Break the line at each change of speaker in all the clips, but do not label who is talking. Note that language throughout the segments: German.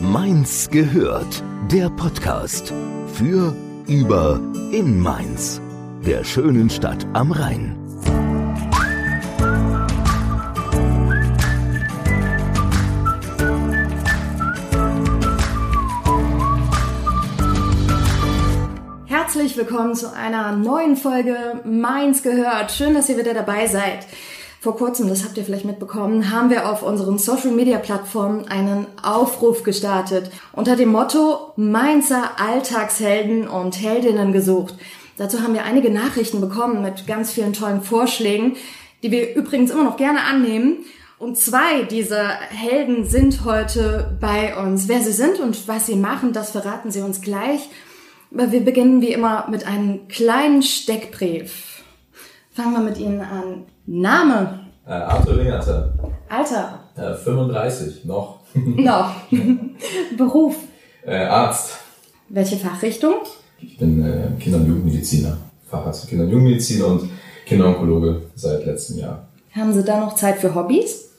Mainz gehört, der Podcast für, über, in Mainz, der schönen Stadt am Rhein.
Herzlich willkommen zu einer neuen Folge Mainz gehört. Schön, dass ihr wieder dabei seid. Vor kurzem, das habt ihr vielleicht mitbekommen, haben wir auf unseren Social-Media-Plattformen einen Aufruf gestartet unter dem Motto Mainzer Alltagshelden und Heldinnen gesucht. Dazu haben wir einige Nachrichten bekommen mit ganz vielen tollen Vorschlägen, die wir übrigens immer noch gerne annehmen. Und 2 dieser Helden sind heute bei uns. Wer sie sind und was sie machen, das verraten sie uns gleich. Aber wir beginnen wie immer mit einem kleinen Steckbrief. Fangen wir mit Ihnen an. Name?
Arthur Ringerter.
Alter?
35, noch.
Noch. Beruf?
Arzt.
Welche Fachrichtung?
Ich bin Kinder- und Jugendmediziner. Facharzt für Kinder- und Jugendmedizin und Kinderonkologe seit letztem Jahr.
Haben Sie da noch Zeit für Hobbys?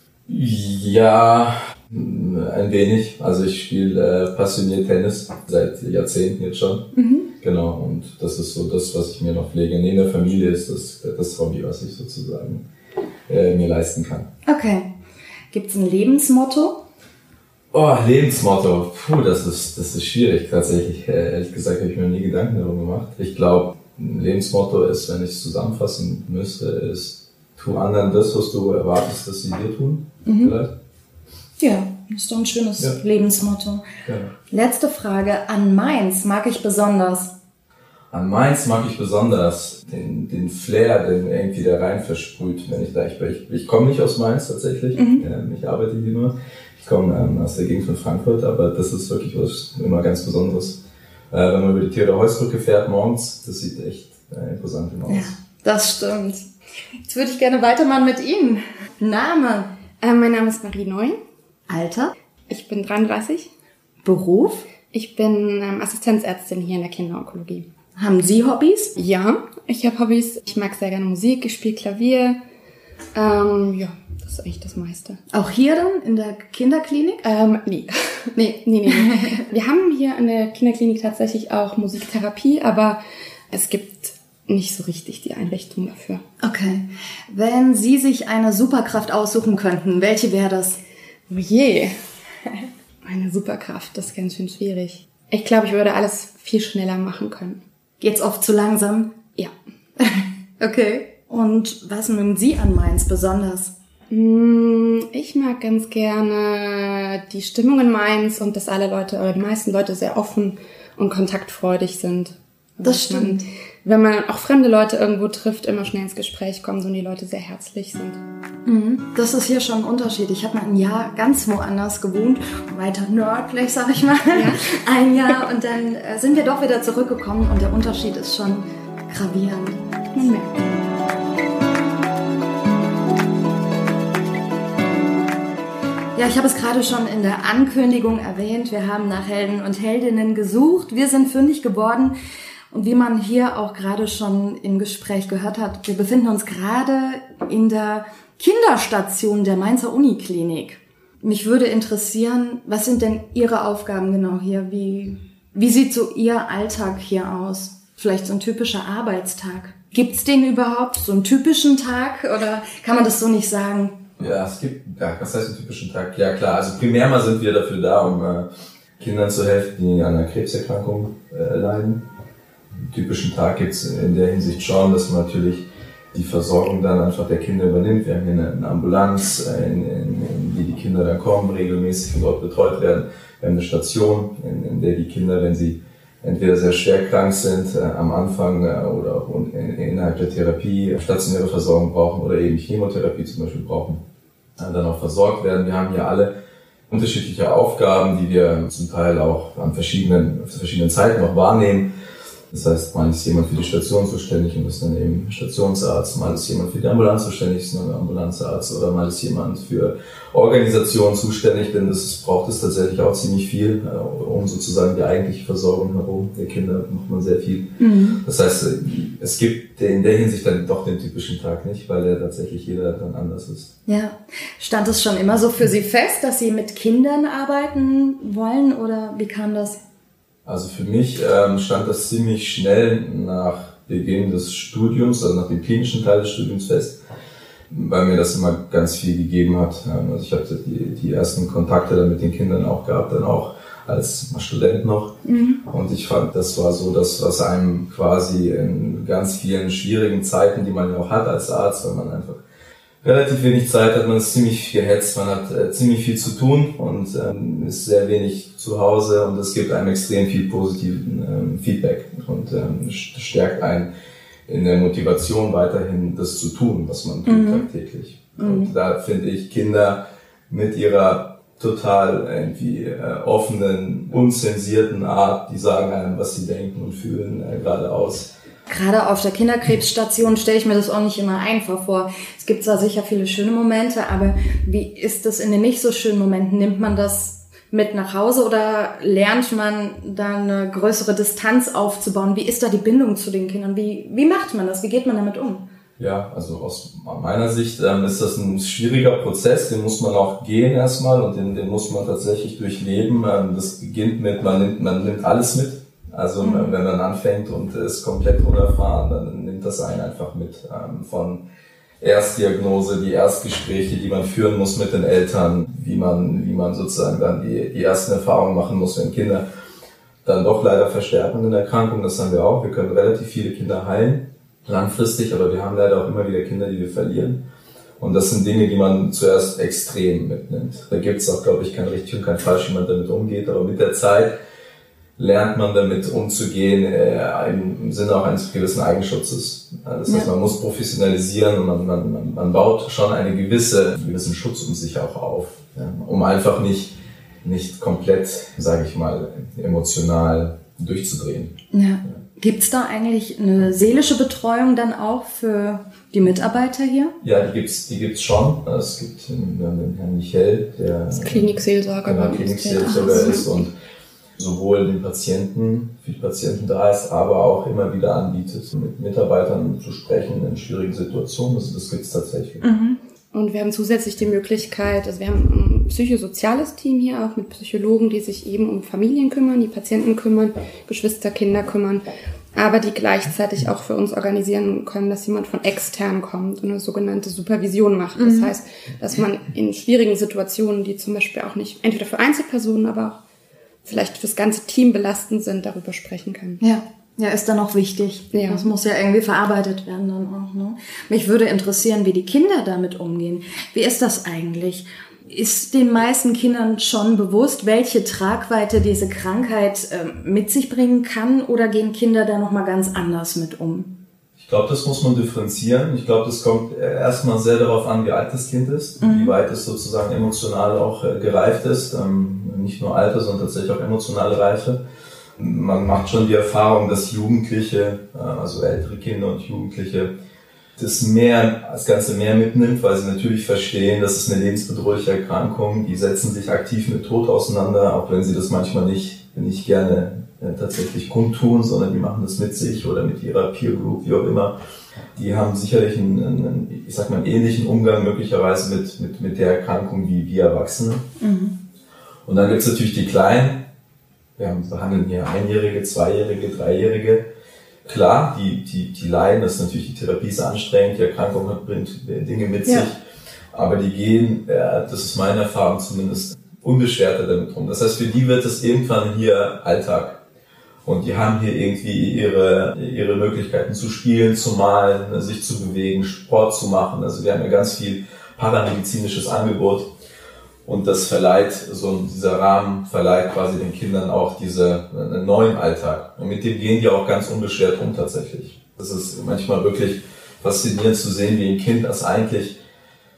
Ja, ein wenig. Also ich spiele passioniert Tennis seit Jahrzehnten jetzt schon. Genau, und das ist so das, was ich mir noch pflege. Neben der Familie ist das Hobby, was ich sozusagen mir leisten kann.
Okay. Gibt's ein Lebensmotto?
Oh, Lebensmotto. Puh, das ist schwierig tatsächlich. Ehrlich gesagt habe ich mir nie Gedanken darum gemacht. Ich glaube, ein Lebensmotto ist, wenn ich es zusammenfassen müsste, ist, tu anderen das, was du erwartest, dass sie dir tun. Vielleicht.
Ja, das ist doch ein schönes Lebensmotto.
Ja.
Letzte Frage. An Mainz mag ich besonders?
An Mainz mag ich besonders den Flair, den irgendwie der Rhein versprüht, wenn ich da ich komme nicht aus Mainz tatsächlich. Ich arbeite hier nur. Ich komme aus der Gegend von Frankfurt, aber das ist wirklich was immer ganz Besonderes. Wenn man über die Theodor-Heuss-Brücke fährt morgens, das sieht echt imposant aus.
Ja, das stimmt. Jetzt würde ich gerne weitermachen mit Ihnen. Name?
Mein Name ist Marie Neu.
Alter?
Ich bin 33.
Beruf?
Ich bin Assistenzärztin hier in der Kinderonkologie.
Haben Sie Hobbys?
Ja, ich habe Hobbys. Ich mag sehr gerne Musik, ich spiele Klavier. Ja, das ist eigentlich das meiste.
Auch hier dann in der Kinderklinik?
Nee. Nee. Wir haben hier in der Kinderklinik tatsächlich auch Musiktherapie, aber es gibt nicht so richtig die Einrichtung dafür.
Okay. Wenn Sie sich eine Superkraft aussuchen könnten, welche wäre das?
Oh je. Eine Superkraft, das ist ganz schön schwierig. Ich glaube, ich würde alles viel schneller machen können.
Geht's oft zu langsam?
Ja.
Okay. Und was mögen Sie an Mainz besonders?
Ich mag ganz gerne die Stimmung in Mainz und dass alle Leute, oder die meisten Leute sehr offen und kontaktfreudig sind.
Das stimmt.
Wenn man auch fremde Leute irgendwo trifft, immer schnell ins Gespräch kommen, so und die Leute sehr herzlich sind.
Das ist hier schon ein Unterschied. Ich habe mal ein Jahr ganz woanders gewohnt, weiter nördlich, sag ich mal. Ja. Ein Jahr und dann sind wir doch wieder zurückgekommen und der Unterschied ist schon gravierend.
Man merkt.
Ja, ich habe es gerade schon in der Ankündigung erwähnt. Wir haben nach Helden und Heldinnen gesucht. Wir sind fündig geworden. Und wie man hier auch gerade schon im Gespräch gehört hat, wir befinden uns gerade in der Kinderstation der Mainzer Uniklinik. Mich würde interessieren, was sind denn Ihre Aufgaben genau hier? Wie sieht so Ihr Alltag hier aus? Vielleicht so ein typischer Arbeitstag. Gibt's den überhaupt, so einen typischen Tag? Oder kann man das so nicht sagen?
Ja, es gibt, was heißt ein typischen Tag? Ja klar, also primär mal sind wir dafür da, um Kindern zu helfen, die an einer Krebserkrankung leiden. Einen typischen Tag gibt's in der Hinsicht schon, dass man natürlich die Versorgung dann einfach der Kinder übernimmt. Wir haben hier eine Ambulanz, in die die Kinder dann kommen, regelmäßig und dort betreut werden. Wir haben eine Station, in der die Kinder, wenn sie entweder sehr schwer krank sind am Anfang oder auch innerhalb der Therapie stationäre Versorgung brauchen oder eben Chemotherapie zum Beispiel brauchen, dann auch versorgt werden. Wir haben hier alle unterschiedliche Aufgaben, die wir zum Teil auch an verschiedenen Zeiten noch wahrnehmen. Das heißt, mal ist jemand für die Station zuständig und ist dann eben Stationsarzt, mal ist jemand für die Ambulanz zuständig, ist dann Ambulanzarzt, oder mal ist jemand für Organisation zuständig, denn das braucht es tatsächlich auch ziemlich viel, um sozusagen die eigentliche Versorgung herum der Kinder macht man sehr viel. Das heißt, es gibt in der Hinsicht dann doch den typischen Tag nicht, weil der tatsächlich jeder dann anders ist.
Ja. Stand es schon immer so für Sie fest, dass Sie mit Kindern arbeiten wollen, oder wie kam das?
Also für mich stand das ziemlich schnell nach Beginn des Studiums, also nach dem klinischen Teil des Studiums fest, weil mir das immer ganz viel gegeben hat. Also ich hatte die ersten Kontakte dann mit den Kindern auch gehabt, dann auch als Student noch. Und ich fand, das war so das, was einem quasi in ganz vielen schwierigen Zeiten, die man ja auch hat als Arzt, weil man einfach relativ wenig Zeit hat, man ist ziemlich gehetzt, man hat ziemlich viel zu tun und ist sehr wenig zu Hause, und es gibt einem extrem viel positiven Feedback und stärkt einen in der Motivation weiterhin das zu tun, was man tut tagtäglich. Und da finde ich Kinder mit ihrer total irgendwie offenen, unzensierten Art, die sagen einem, was sie denken und fühlen, geradeaus.
Gerade auf der Kinderkrebsstation stelle ich mir das auch nicht immer einfach vor. Es gibt zwar sicher viele schöne Momente, aber wie ist das in den nicht so schönen Momenten? Nimmt man das mit nach Hause oder lernt man da eine größere Distanz aufzubauen? Wie ist da die Bindung zu den Kindern? Wie macht man das? Wie geht man damit um?
Ja, also aus meiner Sicht ist das ein schwieriger Prozess, den muss man auch gehen erstmal, und den muss man tatsächlich durchleben. Das beginnt mit, man nimmt alles mit. Also wenn man anfängt und ist komplett unerfahren, dann nimmt das einen einfach mit. Von Erstdiagnose, die Erstgespräche, die man führen muss mit den Eltern, wie man sozusagen dann die ersten Erfahrungen machen muss, wenn Kinder dann doch leider versterben in der Erkrankung. Das haben wir auch. Wir können relativ viele Kinder heilen, langfristig, aber wir haben leider auch immer wieder Kinder, die wir verlieren. Und das sind Dinge, die man zuerst extrem mitnimmt. Da gibt es auch, glaube ich, kein richtig und kein falsch, wie man damit umgeht, aber mit der Zeit lernt man damit umzugehen, im Sinne auch eines gewissen Eigenschutzes. Das heißt, man muss professionalisieren und man baut schon einen gewissen Schutz um sich auch auf, ja, um einfach nicht komplett, sage ich mal, emotional durchzudrehen.
Ja. Gibt's da eigentlich eine seelische Betreuung dann auch für die Mitarbeiter hier?
Ja, die gibt's schon. Es gibt den Herrn Michael, der
Klinikseelsorger
ist und sowohl den Patienten, für die Patienten da ist, aber auch immer wieder anbietet, mit Mitarbeitern zu sprechen in schwierigen Situationen. Also das gibt's tatsächlich.
Und wir haben zusätzlich die Möglichkeit, also wir haben ein psychosoziales Team hier auch mit Psychologen, die sich eben um Familien kümmern, die Patienten kümmern, Geschwister, Kinder kümmern, aber die gleichzeitig auch für uns organisieren können, dass jemand von extern kommt und eine sogenannte Supervision macht. Das heißt, dass man in schwierigen Situationen, die zum Beispiel auch nicht entweder für Einzelpersonen, aber auch vielleicht fürs ganze Team belastend sind, darüber sprechen kann.
Ja, ist dann auch wichtig.
Ja.
Das muss ja irgendwie verarbeitet werden dann auch, ne? Mich würde interessieren, wie die Kinder damit umgehen. Wie ist das eigentlich? Ist den meisten Kindern schon bewusst, welche Tragweite diese Krankheit mit sich bringen kann, oder gehen Kinder da nochmal ganz anders mit um?
Ich glaube, das muss man differenzieren. Ich glaube, das kommt erstmal sehr darauf an, wie alt das Kind ist, wie weit es sozusagen emotional auch gereift ist. Nicht nur Alter, sondern tatsächlich auch emotionale Reife. Man macht schon die Erfahrung, dass Jugendliche, also ältere Kinder und Jugendliche, das Ganze mehr mitnimmt, weil sie natürlich verstehen, das ist eine lebensbedrohliche Erkrankung. Die setzen sich aktiv mit Tod auseinander, auch wenn sie das manchmal nicht gerne tatsächlich kundtun, sondern die machen das mit sich oder mit ihrer Peer Group, wie auch immer. Die haben sicherlich einen ähnlichen Umgang möglicherweise mit der Erkrankung wie wir Erwachsene. Und dann gibt es natürlich die Kleinen. Wir behandeln hier Einjährige, Zweijährige, Dreijährige. Klar, die leiden, das ist natürlich, die Therapie ist anstrengend, die Erkrankung bringt Dinge mit sich, aber die gehen, das ist meine Erfahrung zumindest, unbeschwerter damit rum. Das heißt, für die wird es irgendwann hier Alltag. Und die haben hier irgendwie ihre Möglichkeiten zu spielen, zu malen, sich zu bewegen, Sport zu machen. Also wir haben ja ganz viel paramedizinisches Angebot. Und das dieser Rahmen verleiht quasi den Kindern auch einen neuen Alltag. Und mit dem gehen die auch ganz unbeschwert um tatsächlich. Das ist manchmal wirklich faszinierend zu sehen, wie ein Kind, das eigentlich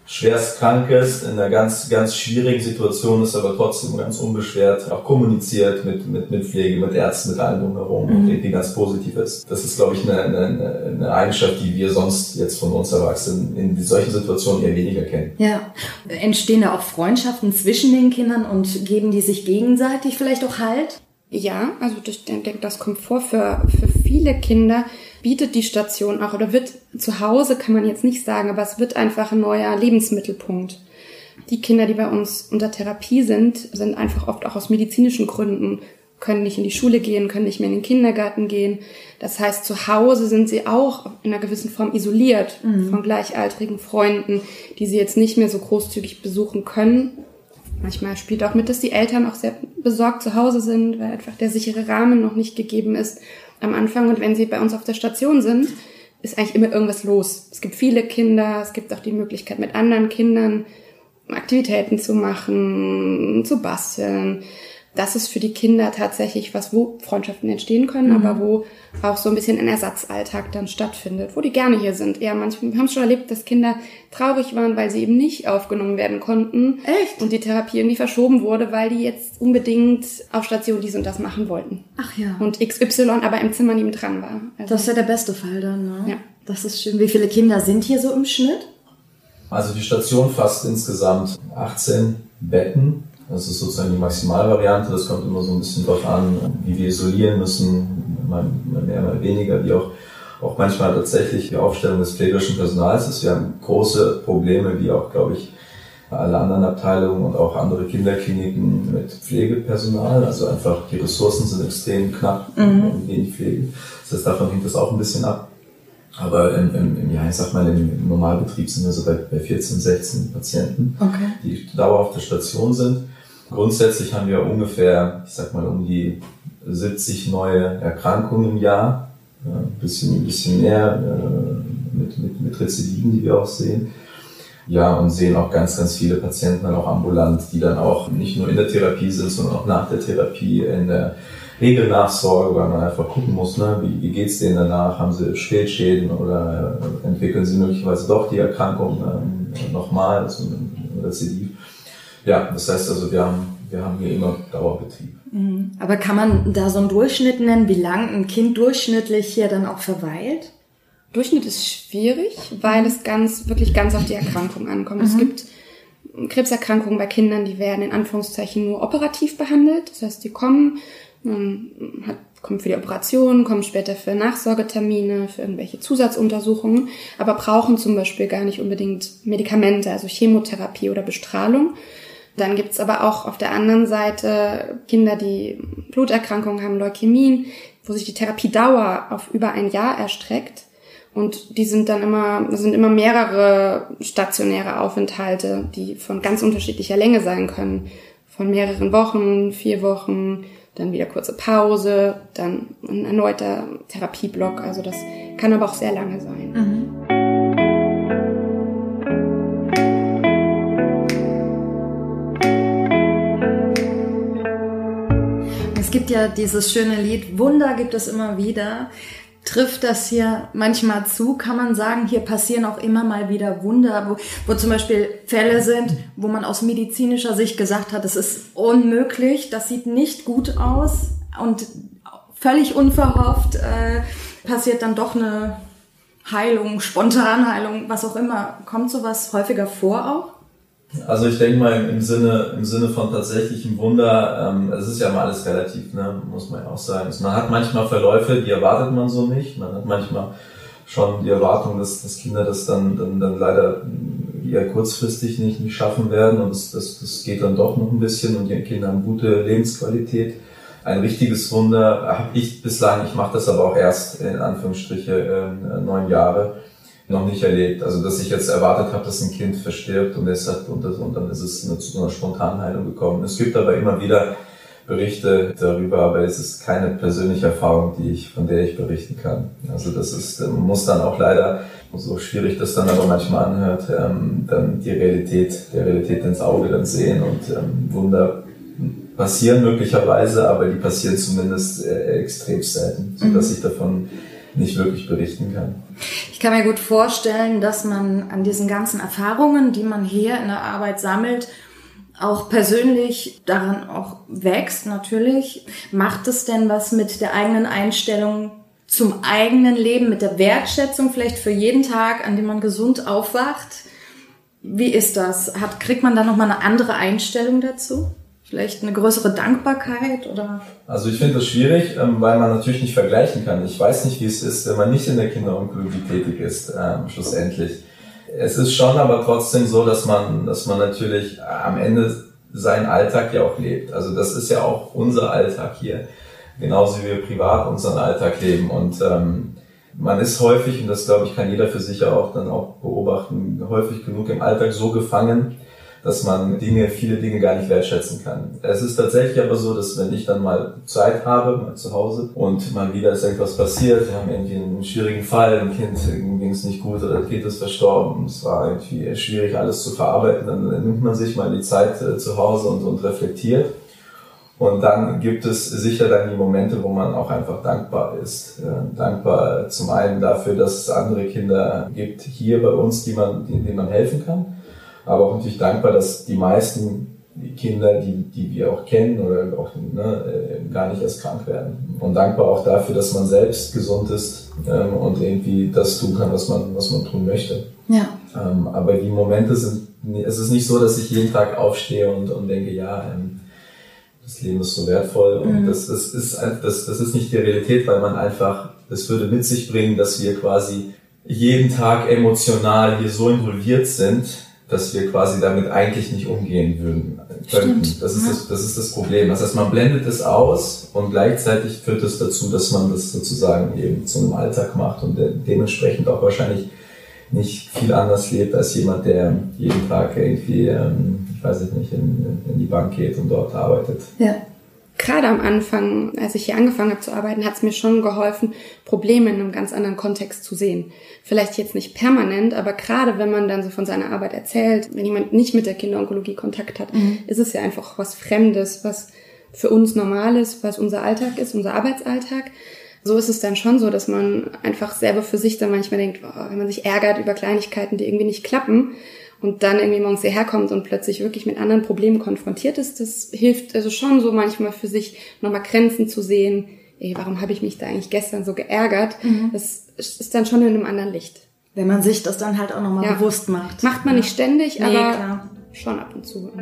schwerst krank ist, in einer ganz, ganz schwierigen Situation ist, aber trotzdem ganz unbeschwert auch kommuniziert mit Pflege, mit Ärzten, mit allem drumherum und irgendwie ganz positiv ist. Das ist, glaube ich, eine Eigenschaft, die wir sonst jetzt von uns Erwachsenen in solchen Situationen eher weniger kennen.
Ja. Entstehen da auch Freundschaften zwischen den Kindern und geben die sich gegenseitig vielleicht auch Halt?
Ja, also ich denke, das kommt vor. Für viele Kinder bietet die Station auch, oder wird zu Hause, kann man jetzt nicht sagen, aber es wird einfach ein neuer Lebensmittelpunkt. Die Kinder, die bei uns unter Therapie sind einfach oft auch aus medizinischen Gründen, können nicht in die Schule gehen, können nicht mehr in den Kindergarten gehen. Das heißt, zu Hause sind sie auch in einer gewissen Form isoliert von gleichaltrigen Freunden, die sie jetzt nicht mehr so großzügig besuchen können. Manchmal spielt auch mit, dass die Eltern auch sehr besorgt zu Hause sind, weil einfach der sichere Rahmen noch nicht gegeben ist am Anfang. Und wenn sie bei uns auf der Station sind, ist eigentlich immer irgendwas los. Es gibt viele Kinder, es gibt auch die Möglichkeit, mit anderen Kindern Aktivitäten zu machen, zu basteln. Das ist für die Kinder tatsächlich was, wo Freundschaften entstehen können, aber wo auch so ein bisschen ein Ersatzalltag dann stattfindet, wo die gerne hier sind. Eher manchmal, wir haben es schon erlebt, dass Kinder traurig waren, weil sie eben nicht aufgenommen werden konnten.
Echt?
Und die Therapie irgendwie verschoben wurde, weil die jetzt unbedingt auf Station dies und das machen wollten.
Ach ja.
Und XY aber im Zimmer neben dran war. Also,
das ist ja der beste Fall dann, ne?
Ja.
Das ist schön. Wie viele Kinder sind hier so im Schnitt?
Also die Station fasst insgesamt 18 Betten. Das ist sozusagen die Maximalvariante. Das kommt immer so ein bisschen drauf an, wie wir isolieren müssen, mal mehr, mal weniger, wie auch manchmal tatsächlich die Aufstellung des pflegerischen Personals ist. Wir haben große Probleme, wie auch, glaube ich, alle anderen Abteilungen und auch andere Kinderkliniken mit Pflegepersonal. Also einfach die Ressourcen sind extrem knapp und wenig Pflege. Das heißt, davon hängt das auch ein bisschen ab. Aber im Normalbetrieb sind wir so bei 14, 16 Patienten, die dauerhaft auf der Station sind. Grundsätzlich haben wir ungefähr, um die 70 neue Erkrankungen im Jahr, ein bisschen mehr mit Rezidiven, die wir auch sehen. Ja, und sehen auch ganz, ganz viele Patienten dann auch ambulant, die dann auch nicht nur in der Therapie sind, sondern auch nach der Therapie in der Regelnachsorge, weil man einfach gucken muss, ne, wie geht's denen danach, haben sie Spätschäden oder entwickeln sie möglicherweise doch die Erkrankung nochmal, also ein Rezidiv. Ja, das heißt also, wir haben hier immer Dauerbetrieb.
Aber kann man da so einen Durchschnitt nennen, wie lang ein Kind durchschnittlich hier dann auch verweilt?
Durchschnitt ist schwierig, weil es wirklich ganz auf die Erkrankung ankommt. Es gibt Krebserkrankungen bei Kindern, die werden in Anführungszeichen nur operativ behandelt. Das heißt, die kommen für die Operation, kommen später für Nachsorgetermine, für irgendwelche Zusatzuntersuchungen, aber brauchen zum Beispiel gar nicht unbedingt Medikamente, also Chemotherapie oder Bestrahlung. Dann gibt's aber auch auf der anderen Seite Kinder, die Bluterkrankungen haben, Leukämien, wo sich die Therapiedauer auf über ein Jahr erstreckt. Und die sind dann immer mehrere stationäre Aufenthalte, die von ganz unterschiedlicher Länge sein können. Von mehreren Wochen, 4 Wochen, dann wieder kurze Pause, dann ein erneuter Therapieblock. Also das kann aber auch sehr lange sein.
Es gibt ja dieses schöne Lied, Wunder gibt es immer wieder. Trifft das hier manchmal zu? Kann man sagen, hier passieren auch immer mal wieder Wunder, wo zum Beispiel Fälle sind, wo man aus medizinischer Sicht gesagt hat, es ist unmöglich, das sieht nicht gut aus und völlig unverhofft passiert dann doch eine Heilung, Spontanheilung, was auch immer. Kommt sowas häufiger vor auch?
Also ich denke mal im Sinne von tatsächlichem Wunder, es ist ja mal alles relativ, ne, muss man ja auch sagen. Also man hat manchmal Verläufe, die erwartet man so nicht. Man hat manchmal schon die Erwartung, dass Kinder das dann leider eher kurzfristig nicht schaffen werden und das geht dann doch noch ein bisschen und die Kinder haben gute Lebensqualität. Ein richtiges Wunder habe ich bislang, ich mache das aber auch erst in Anführungsstriche 9 Jahre, noch nicht erlebt. Also, dass ich jetzt erwartet habe, dass ein Kind verstirbt und dann ist es zu einer Spontanheilung gekommen. Es gibt aber immer wieder Berichte darüber, aber es ist keine persönliche Erfahrung, von der ich berichten kann. Also, man muss dann auch leider, so schwierig das dann aber manchmal anhört, dann der Realität ins Auge dann sehen und Wunder passieren möglicherweise, aber die passieren zumindest extrem selten, sodass ich davon nicht wirklich berichten kann.
Ich kann mir gut vorstellen, dass man an diesen ganzen Erfahrungen, die man hier in der Arbeit sammelt, auch persönlich daran auch wächst, natürlich. Macht es denn was mit der eigenen Einstellung zum eigenen Leben, mit der Wertschätzung vielleicht für jeden Tag, an dem man gesund aufwacht? Wie ist das? Kriegt man da nochmal eine andere Einstellung dazu? Vielleicht eine größere Dankbarkeit oder?
Also ich finde das schwierig, weil man natürlich nicht vergleichen kann. Ich weiß nicht, wie es ist, wenn man nicht in der Kinderonkologie tätig ist, schlussendlich. Es ist schon aber trotzdem so, dass man natürlich am Ende seinen Alltag ja auch lebt. Also das ist ja auch unser Alltag hier. Genauso wie wir privat unseren Alltag leben. Und man ist häufig, und das glaube ich kann jeder für sich auch dann auch beobachten, häufig genug im Alltag so gefangen, dass man viele Dinge gar nicht wertschätzen kann. Es ist tatsächlich aber so, dass wenn ich dann mal Zeit habe, mal zu Hause, und mal wieder ist irgendwas passiert, wir haben irgendwie einen schwierigen Fall, ein Kind ging es nicht gut oder das Kind ist verstorben, es war irgendwie schwierig alles zu verarbeiten, dann nimmt man sich mal die Zeit zu Hause und reflektiert. Und dann gibt es sicher dann die Momente, wo man auch einfach dankbar ist. Dankbar zum einen dafür, dass es andere Kinder gibt hier bei uns, denen man helfen kann. Aber auch natürlich dankbar, dass die meisten Kinder, die wir auch kennen oder auch gar nicht erst krank werden. Und dankbar auch dafür, dass man selbst gesund ist und irgendwie das tun kann, was man tun möchte.
Ja.
Aber die Momente es ist nicht so, dass ich jeden Tag aufstehe und denke, ja, das Leben ist so wertvoll. Und das ist nicht die Realität, weil man einfach, das würde mit sich bringen, dass wir quasi jeden Tag emotional hier so involviert sind, dass wir quasi damit eigentlich nicht umgehen könnten. Das ist das Problem. Das heißt, man blendet es aus und gleichzeitig führt es dazu, dass man das sozusagen eben zum Alltag macht und dementsprechend auch wahrscheinlich nicht viel anders lebt als jemand, der jeden Tag irgendwie, ich weiß nicht, in die Bank geht und dort arbeitet.
Ja. Gerade am Anfang, als ich hier angefangen habe zu arbeiten, hat es mir schon geholfen, Probleme in einem ganz anderen Kontext zu sehen. Vielleicht jetzt nicht permanent, aber gerade wenn man dann so von seiner Arbeit erzählt, wenn jemand nicht mit der Kinderonkologie Kontakt hat, ist es ja einfach was Fremdes, was für uns normal ist, was unser Alltag ist, unser Arbeitsalltag. So ist es dann schon so, dass man einfach selber für sich dann manchmal denkt, wenn man sich ärgert über Kleinigkeiten, die irgendwie nicht klappen, und dann irgendwie morgens hierher kommt und plötzlich wirklich mit anderen Problemen konfrontiert ist, das hilft also schon so manchmal für sich nochmal Grenzen zu sehen. Warum habe ich mich da eigentlich gestern so geärgert? Das ist dann schon in einem anderen Licht.
Wenn man sich das dann halt auch nochmal bewusst macht.
Macht man nicht ständig, aber
klar.
Schon ab und zu.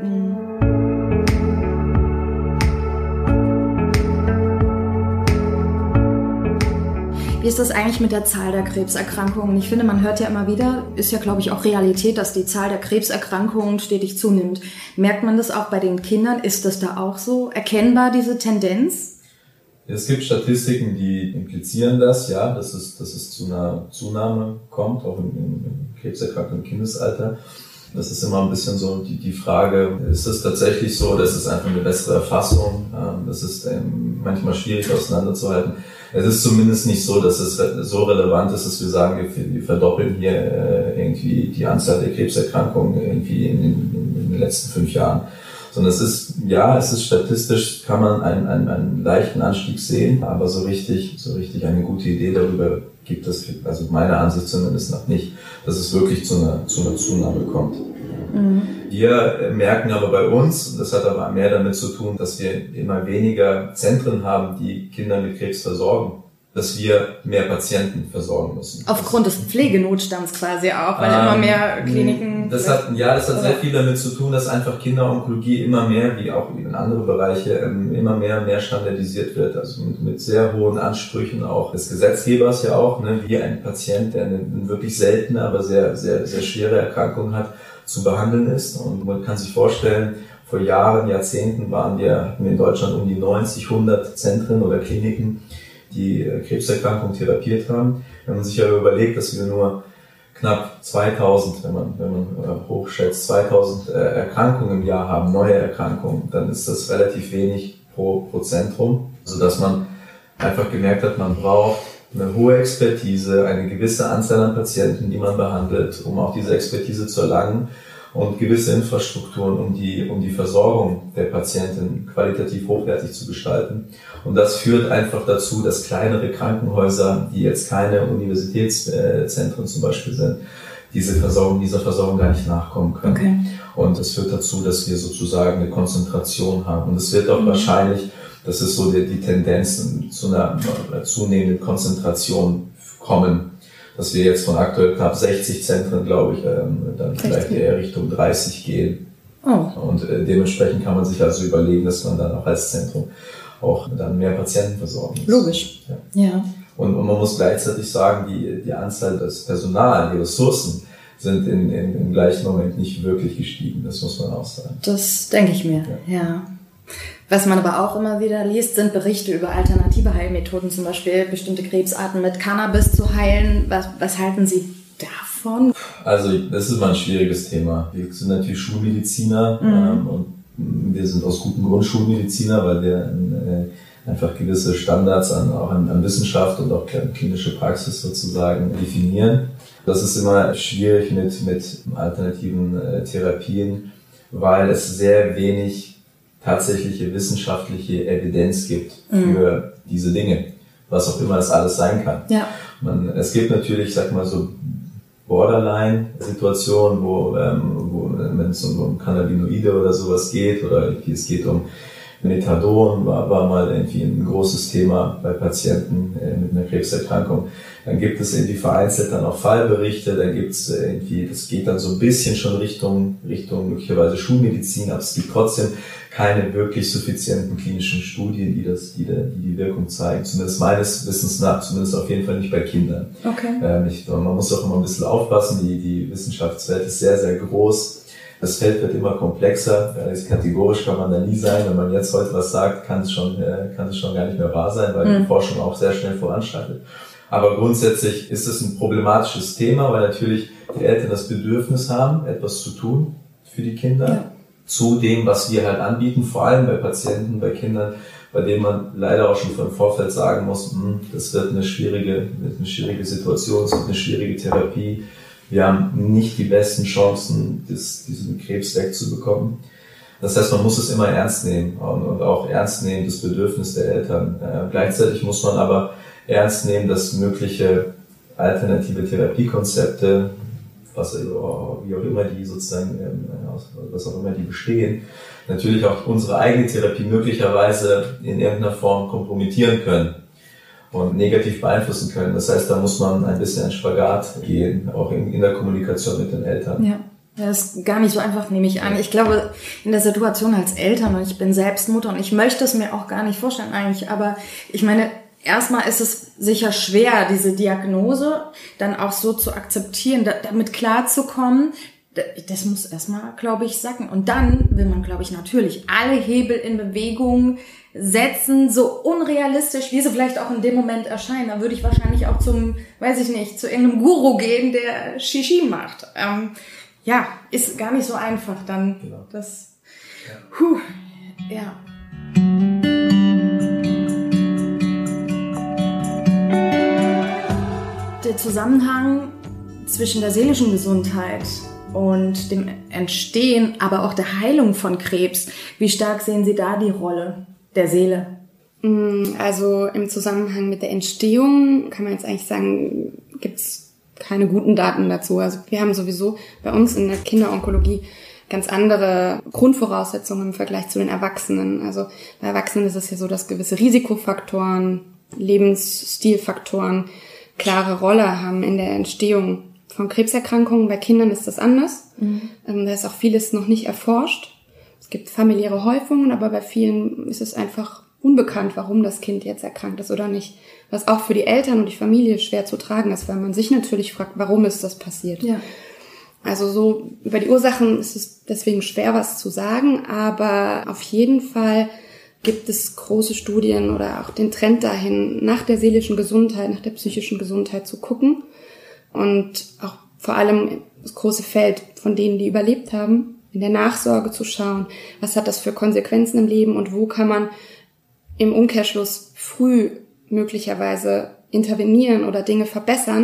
Wie ist das eigentlich mit der Zahl der Krebserkrankungen? Ich finde, man hört ja immer wieder, ist ja glaube ich auch Realität, dass die Zahl der Krebserkrankungen stetig zunimmt. Merkt man das auch bei den Kindern? Ist das da auch so erkennbar, diese Tendenz?
Es gibt Statistiken, die implizieren das, ja, dass es zu einer Zunahme kommt, auch im Krebserkrankungen im Kindesalter. Das ist immer ein bisschen so die Frage, ist es tatsächlich so, dass es einfach eine bessere Erfassung, das ist manchmal schwierig auseinanderzuhalten. Es ist zumindest nicht so, dass es so relevant ist, dass wir sagen, wir verdoppeln hier irgendwie die Anzahl der Krebserkrankungen irgendwie in den letzten 5 Jahren. Sondern es ist statistisch, kann man einen leichten Anstieg sehen, aber so richtig eine gute Idee darüber gibt es, also meiner Ansicht zumindest noch nicht, dass es wirklich zu einer Zunahme kommt. Wir merken aber bei uns, das hat aber mehr damit zu tun, dass wir immer weniger Zentren haben, die Kinder mit Krebs versorgen, dass wir mehr Patienten versorgen müssen.
Aufgrund des Pflegenotstands quasi auch, weil immer mehr Kliniken...
Das hat sehr viel damit zu tun, dass einfach Kinderonkologie immer mehr, wie auch in andere Bereiche, immer mehr standardisiert wird. Also mit sehr hohen Ansprüchen auch des Gesetzgebers ja auch, ne, wie ein Patient, der eine wirklich seltene, aber sehr, sehr, sehr schwere Erkrankung hat, zu behandeln ist. Und man kann sich vorstellen, vor Jahren, Jahrzehnten hatten wir in Deutschland um die 90, 100 Zentren oder Kliniken, die Krebserkrankungen therapiert haben. Wenn man sich aber überlegt, dass wir nur knapp 2000, wenn man hochschätzt, 2000 Erkrankungen im Jahr haben, neue Erkrankungen, dann ist das relativ wenig pro Zentrum, sodass man einfach gemerkt hat, man braucht eine hohe Expertise, eine gewisse Anzahl an Patienten, die man behandelt, um auch diese Expertise zu erlangen. und gewisse Infrastrukturen, um die Versorgung der Patienten qualitativ hochwertig zu gestalten. Und das führt einfach dazu, dass kleinere Krankenhäuser, die jetzt keine Universitätszentren zum Beispiel sind, dieser Versorgung gar nicht nachkommen können. Okay. Und es führt dazu, dass wir sozusagen eine Konzentration haben. Und es wird auch wahrscheinlich, das ist so die Tendenz, zu einer zunehmenden Konzentration kommen, dass wir jetzt von aktuell knapp 60 Zentren, glaube ich, dann vielleicht eher Richtung 30 gehen. Oh. Und dementsprechend kann man sich also überlegen, dass man dann auch als Zentrum auch dann mehr Patienten versorgen muss.
Logisch. Ja.
Und man muss gleichzeitig sagen, die Anzahl des Personal, die Ressourcen sind im gleichen Moment nicht wirklich gestiegen. Das muss man auch sagen.
Das denke ich mir, ja. Was man aber auch immer wieder liest, sind Berichte über alternative Heilmethoden, zum Beispiel bestimmte Krebsarten mit Cannabis zu heilen. Was halten Sie davon?
Also das ist immer ein schwieriges Thema. Wir sind natürlich Schulmediziner und wir sind aus gutem Grund Schulmediziner, weil wir einfach gewisse Standards an Wissenschaft und auch klinische Praxis sozusagen definieren. Das ist immer schwierig mit alternativen Therapien, weil es sehr wenig tatsächliche wissenschaftliche Evidenz gibt für diese Dinge, was auch immer es alles sein kann. Ja. Es gibt natürlich, sag mal so, Borderline-Situationen, wo wenn es um Cannabinoide oder sowas geht, oder es geht um Methadon, war mal irgendwie ein großes Thema bei Patienten mit einer Krebserkrankung. Dann gibt es irgendwie vereinzelt dann auch Fallberichte, dann gibt es irgendwie, das geht dann so ein bisschen schon Richtung möglicherweise Schulmedizin, aber es gibt trotzdem keine wirklich suffizienten klinischen Studien, die Wirkung zeigen, zumindest meines Wissens nach, zumindest auf jeden Fall nicht bei Kindern. Okay. Man muss auch immer ein bisschen aufpassen, die Wissenschaftswelt ist sehr, sehr groß. Das Feld wird immer komplexer, kategorisch kann man da nie sein. Wenn man jetzt heute was sagt, kann es schon gar nicht mehr wahr sein, weil die Forschung auch sehr schnell voranschreitet. Aber grundsätzlich ist es ein problematisches Thema, weil natürlich die Eltern das Bedürfnis haben, etwas zu tun für die Kinder, zu dem, was wir halt anbieten, vor allem bei Patienten, bei Kindern, bei denen man leider auch schon im Vorfeld sagen muss, das wird eine schwierige Situation, es wird eine schwierige Therapie. Wir haben nicht die besten Chancen, diesen Krebs wegzubekommen. Das heißt, man muss es immer ernst nehmen und auch ernst nehmen das Bedürfnis der Eltern. Gleichzeitig muss man aber ernst nehmen, dass mögliche alternative Therapiekonzepte, wie auch immer die sozusagen, was auch immer die bestehen, natürlich auch unsere eigene Therapie möglicherweise in irgendeiner Form kompromittieren können und negativ beeinflussen können. Das heißt, da muss man ein bisschen in Spagat gehen, auch in der Kommunikation mit den Eltern.
Ja. Das ist gar nicht so einfach, nehme ich an. Ich glaube, in der Situation als Eltern, und ich bin selbst Mutter und ich möchte es mir auch gar nicht vorstellen eigentlich, aber ich meine, erstmal ist es sicher schwer, diese Diagnose dann auch so zu akzeptieren, damit klarzukommen. Das muss erstmal, glaube ich, sacken. Und dann will man, glaube ich, natürlich alle Hebel in Bewegung setzen, so unrealistisch, wie sie vielleicht auch in dem Moment erscheinen. Da würde ich wahrscheinlich auch zu irgendeinem Guru gehen, der Shishi macht. Ist gar nicht so einfach dann. Genau. Der Zusammenhang zwischen der seelischen Gesundheit und dem Entstehen, aber auch der Heilung von Krebs, wie stark sehen Sie da die Rolle der Seele?
Also im Zusammenhang mit der Entstehung kann man jetzt eigentlich sagen, gibt's keine guten Daten dazu. Also wir haben sowieso bei uns in der Kinderonkologie ganz andere Grundvoraussetzungen im Vergleich zu den Erwachsenen. Also bei Erwachsenen ist es ja so, dass gewisse Risikofaktoren, Lebensstilfaktoren klare Rolle haben in der Entstehung von Krebserkrankungen. Bei Kindern ist das anders. Da ist auch vieles noch nicht erforscht. Es gibt familiäre Häufungen, aber bei vielen ist es einfach unbekannt, warum das Kind jetzt erkrankt ist oder nicht. Was auch für die Eltern und die Familie schwer zu tragen ist, weil man sich natürlich fragt, warum ist das passiert. Ja. Also so über die Ursachen ist es deswegen schwer, was zu sagen, aber auf jeden Fall gibt es große Studien oder auch den Trend dahin, nach der seelischen Gesundheit, nach der psychischen Gesundheit zu gucken und auch vor allem das große Feld von denen, die überlebt haben, in der Nachsorge zu schauen, was hat das für Konsequenzen im Leben und wo kann man im Umkehrschluss früh möglicherweise intervenieren oder Dinge verbessern,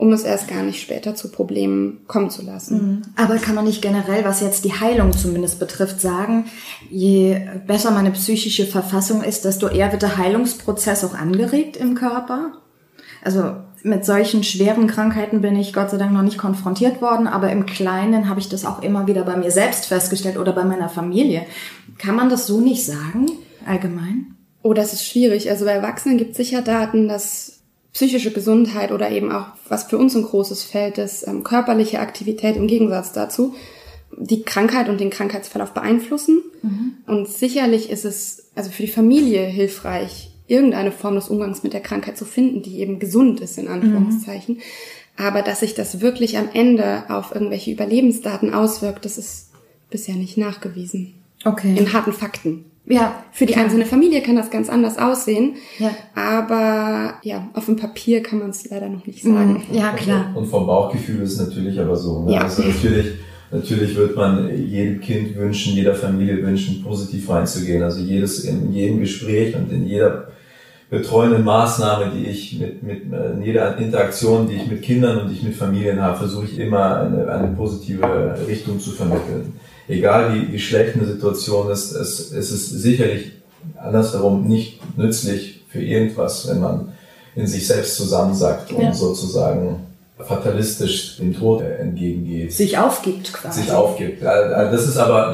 um es erst gar nicht später zu Problemen kommen zu lassen.
Aber kann man nicht generell, was jetzt die Heilung zumindest betrifft, sagen, je besser meine psychische Verfassung ist, desto eher wird der Heilungsprozess auch angeregt im Körper? Also mit solchen schweren Krankheiten bin ich Gott sei Dank noch nicht konfrontiert worden, aber im Kleinen habe ich das auch immer wieder bei mir selbst festgestellt oder bei meiner Familie. Kann man das so nicht sagen, allgemein?
Oh, das ist schwierig. Also bei Erwachsenen gibt es sicher Daten, dass psychische Gesundheit oder eben auch, was für uns ein großes Feld ist, körperliche Aktivität im Gegensatz dazu, die Krankheit und den Krankheitsverlauf beeinflussen. Und sicherlich ist es also für die Familie hilfreich, irgendeine Form des Umgangs mit der Krankheit zu finden, die eben gesund ist, in Anführungszeichen. Aber dass sich das wirklich am Ende auf irgendwelche Überlebensdaten auswirkt, das ist bisher nicht nachgewiesen.
Okay.
In harten Fakten.
Ja,
für die einzelne Familie kann das ganz anders aussehen,
ja.
Aber ja, auf dem Papier kann man es leider noch nicht sagen.
Ja, klar.
Und vom Bauchgefühl ist es natürlich aber so. Ne?
Ja.
Also natürlich wird man jedem Kind wünschen, jeder Familie wünschen, positiv reinzugehen. Also in jedem Gespräch und in jeder betreuenden Maßnahme, die ich in jeder Interaktion, die ich mit Kindern und die ich mit Familien habe, versuche ich immer eine positive Richtung zu vermitteln. Egal wie schlecht eine Situation ist, es ist sicherlich andersherum nicht nützlich für irgendwas, wenn man in sich selbst zusammensackt und sozusagen fatalistisch dem Tod entgegengeht.
Sich aufgibt quasi.
Das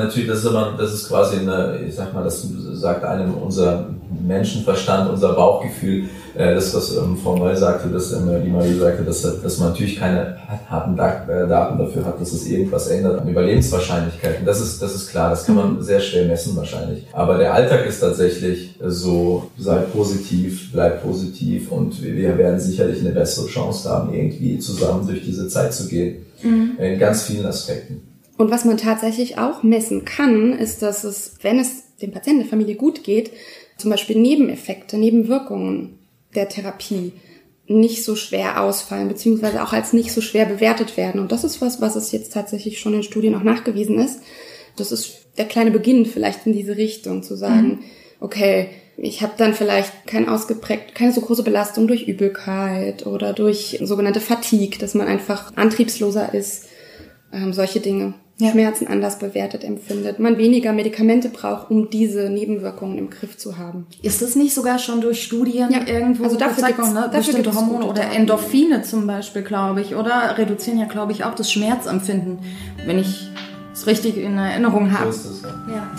ist quasi das sagt einem unser Menschenverstand, unser Bauchgefühl, das, was Frau Neu sagte, die Marie sagte, dass man natürlich keine harten Daten dafür hat, dass es irgendwas ändert an Überlebenswahrscheinlichkeiten. Das ist klar, das kann man sehr schwer messen wahrscheinlich. Aber der Alltag ist tatsächlich so, sei positiv, bleib positiv und wir werden sicherlich eine bessere Chance haben, irgendwie zusammen durch diese Zeit zu gehen. In ganz vielen Aspekten.
Und was man tatsächlich auch messen kann, ist, dass es, wenn es dem Patienten, der Familie gut geht, zum Beispiel Nebeneffekte, Nebenwirkungen der Therapie nicht so schwer ausfallen, beziehungsweise auch als nicht so schwer bewertet werden. Und das ist was es jetzt tatsächlich schon in Studien auch nachgewiesen ist. Das ist der kleine Beginn vielleicht in diese Richtung, zu sagen, okay, ich habe dann vielleicht keine so große Belastung durch Übelkeit oder durch sogenannte Fatigue, dass man einfach antriebsloser ist, solche Dinge. Ja. Schmerzen anders bewertet empfindet, man weniger Medikamente braucht, um diese Nebenwirkungen im Griff zu haben.
Ist das nicht sogar schon durch Studien irgendwo
also dafür
gezeigt worden, ne? Bestimmte Hormone oder Endorphine zum Beispiel, glaube ich, oder reduzieren ja, glaube ich, auch das Schmerzempfinden, wenn ich es richtig in Erinnerung habe.
So ist es,
ja.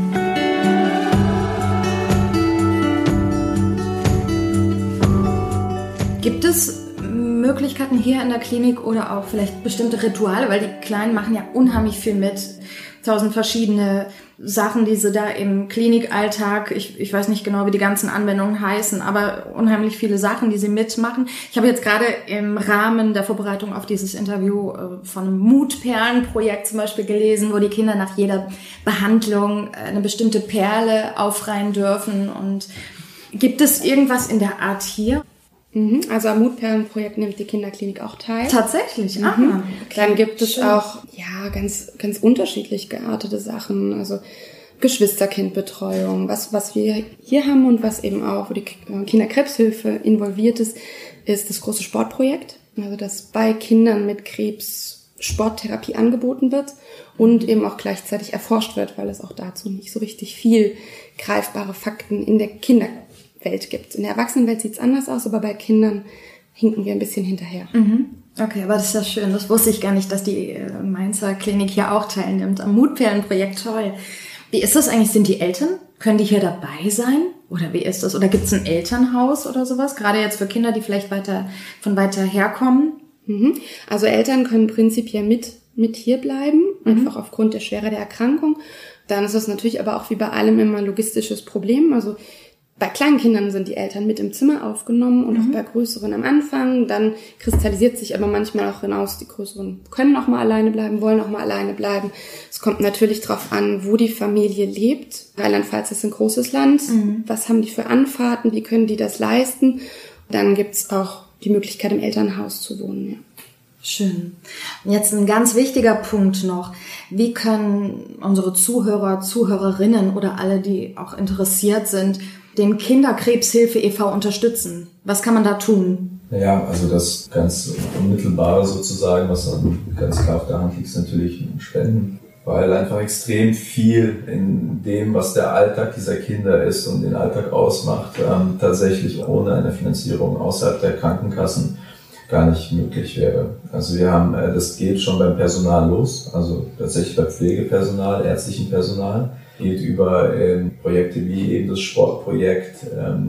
Gibt es Möglichkeiten hier in der Klinik oder auch vielleicht bestimmte Rituale, weil die Kleinen machen ja unheimlich viel mit, 1000 verschiedene Sachen, die sie da im Klinikalltag, ich weiß nicht genau, wie die ganzen Anwendungen heißen, aber unheimlich viele Sachen, die sie mitmachen. Ich habe jetzt gerade im Rahmen der Vorbereitung auf dieses Interview von einem Mutperlenprojekt zum Beispiel gelesen, wo die Kinder nach jeder Behandlung eine bestimmte Perle aufreihen dürfen. Und gibt es irgendwas in der Art hier?
Also am Mutperlenprojekt nimmt die Kinderklinik auch teil.
Tatsächlich?
Okay. Dann gibt es auch ganz, ganz unterschiedlich geartete Sachen, also Geschwisterkindbetreuung. Was wir hier haben und was eben auch, wo die Kinderkrebshilfe involviert ist das große Sportprojekt. Also dass bei Kindern mit Krebs Sporttherapie angeboten wird und eben auch gleichzeitig erforscht wird, weil es auch dazu nicht so richtig viel greifbare Fakten in der Kinderwelt gibt. In der Erwachsenenwelt sieht es anders aus, aber bei Kindern hinken wir ein bisschen hinterher.
Okay, aber das ist ja schön. Das wusste ich gar nicht, dass die Mainzer Klinik hier auch teilnimmt am Mutperlenprojekt. Toll. Wie ist das eigentlich? Sind die Eltern? Können die hier dabei sein? Oder wie ist das? Oder gibt es ein Elternhaus oder sowas? Gerade jetzt für Kinder, die vielleicht von weiter herkommen?
Also Eltern können prinzipiell mit hier bleiben, einfach aufgrund der Schwere der Erkrankung. Dann ist es natürlich aber auch wie bei allem immer ein logistisches Problem. Also bei kleinen Kindern sind die Eltern mit im Zimmer aufgenommen und auch bei größeren am Anfang. Dann kristallisiert sich aber manchmal auch hinaus, die größeren können auch mal alleine bleiben, wollen auch mal alleine bleiben. Es kommt natürlich drauf an, wo die Familie lebt. Rheinland-Pfalz ist ein großes Land. Was haben die für Anfahrten? Wie können die das leisten? Dann gibt's auch die Möglichkeit, im Elternhaus zu wohnen. Ja.
Schön. Und jetzt ein ganz wichtiger Punkt noch. Wie können unsere Zuhörer, Zuhörerinnen oder alle, die auch interessiert sind, den Kinderkrebshilfe e.V. unterstützen? Was kann man da tun?
Ja, also das ganz Unmittelbare sozusagen, was dann ganz klar auf der Hand liegt, ist natürlich Spenden, weil einfach extrem viel in dem, was der Alltag dieser Kinder ist und den Alltag ausmacht, tatsächlich ohne eine Finanzierung außerhalb der Krankenkassen gar nicht möglich wäre. Also wir haben, das geht schon beim Personal los, also tatsächlich bei Pflegepersonal, ärztlichem Personal, geht über Projekte wie eben das Sportprojekt,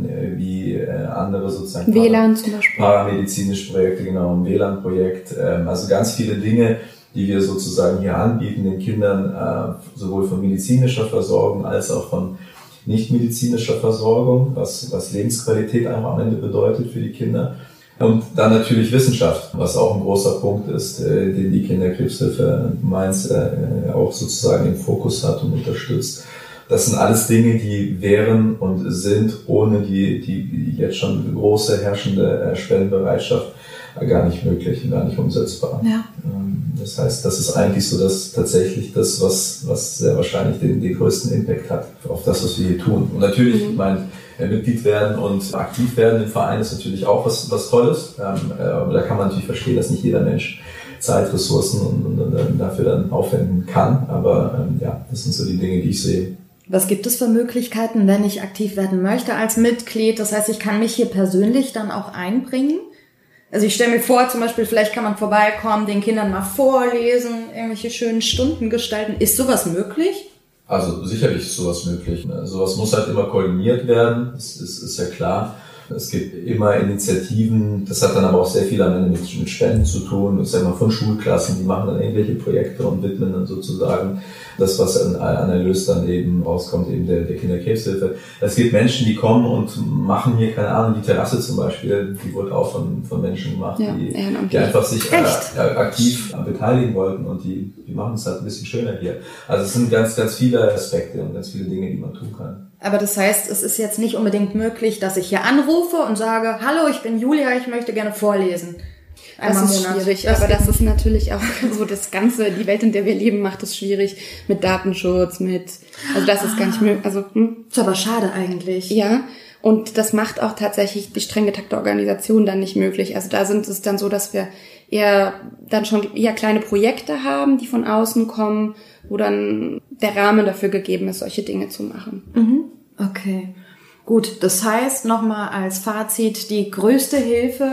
wie andere sozusagen
WLAN zum Beispiel.
Paramedizinische Projekte, genau, ein WLAN-Projekt, also ganz viele Dinge, die wir sozusagen hier anbieten, den Kindern sowohl von medizinischer Versorgung als auch von nicht-medizinischer Versorgung, was Lebensqualität einfach am Ende bedeutet für die Kinder. Und dann natürlich Wissenschaft, was auch ein großer Punkt ist, den die Kinderkrebshilfe Mainz auch sozusagen im Fokus hat und unterstützt. Das sind alles Dinge, die wären und sind ohne die jetzt schon große herrschende Spendenbereitschaft gar nicht möglich und gar nicht umsetzbar.
Ja.
Das heißt, das ist eigentlich so dass tatsächlich das, was sehr wahrscheinlich den größten Impact hat auf das, was wir hier tun. Und natürlich, ich meine, Mitglied werden und aktiv werden im Verein ist natürlich auch was Tolles. Aber da kann man natürlich verstehen, dass nicht jeder Mensch Zeit, Ressourcen und dafür dann aufwenden kann. Aber ja, das sind so die Dinge, die ich sehe.
Was gibt es für Möglichkeiten, wenn ich aktiv werden möchte als Mitglied? Das heißt, ich kann mich hier persönlich dann auch einbringen? Also ich stelle mir vor, zum Beispiel, vielleicht kann man vorbeikommen, den Kindern mal vorlesen, irgendwelche schönen Stunden gestalten. Ist sowas möglich?
Also sicherlich ist sowas möglich. Sowas muss halt immer koordiniert werden, das ist ja klar. Es gibt immer Initiativen, das hat dann aber auch sehr viel am Ende mit Spenden zu tun. Ich sag mal von Schulklassen, die machen dann irgendwelche Projekte und widmen dann sozusagen das, was an Erlös dann eben rauskommt, eben der Kinderkrebshilfe. Es gibt Menschen, die kommen und machen hier, keine Ahnung, die Terrasse zum Beispiel, die wurde auch von Menschen gemacht,
ja,
die einfach sich aktiv beteiligen wollten und die machen es halt ein bisschen schöner hier. Also es sind ganz, ganz viele Aspekte und ganz viele Dinge, die man tun kann.
Aber das heißt, es ist jetzt nicht unbedingt möglich, dass ich hier anrufe und sage, hallo, ich bin Julia, ich möchte gerne vorlesen.
Das ist schwierig, aber das ist natürlich auch so das Ganze, die Welt, in der wir leben, macht es schwierig mit Datenschutz, also das ist gar nicht möglich. Also,
ist aber schade eigentlich.
Ja, und das macht auch tatsächlich die streng getakte Organisation dann nicht möglich. Also da sind es dann so, dass wir eher kleine Projekte haben, die von außen kommen, wo dann der Rahmen dafür gegeben ist, solche Dinge zu machen.
Mhm. Okay, gut. Das heißt, nochmal als Fazit, die größte Hilfe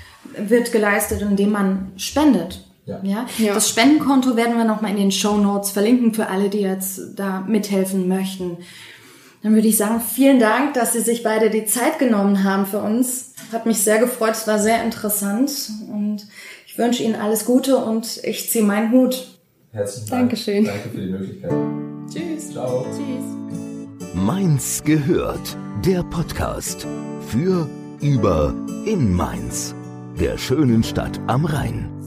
wird geleistet, indem man spendet. Ja. Das Spendenkonto werden wir nochmal in den Shownotes verlinken für alle, die jetzt da mithelfen möchten. Dann würde ich sagen, vielen Dank, dass Sie sich beide die Zeit genommen haben für uns. Hat mich sehr gefreut, es war sehr interessant und ich wünsche Ihnen alles Gute und ich ziehe meinen Hut.
Herzlichen Dank.
Dankeschön.
Danke für die Möglichkeit.
Tschüss.
Ciao.
Tschüss.
Mainz gehört, der Podcast für, über, in Mainz, der schönen Stadt am Rhein.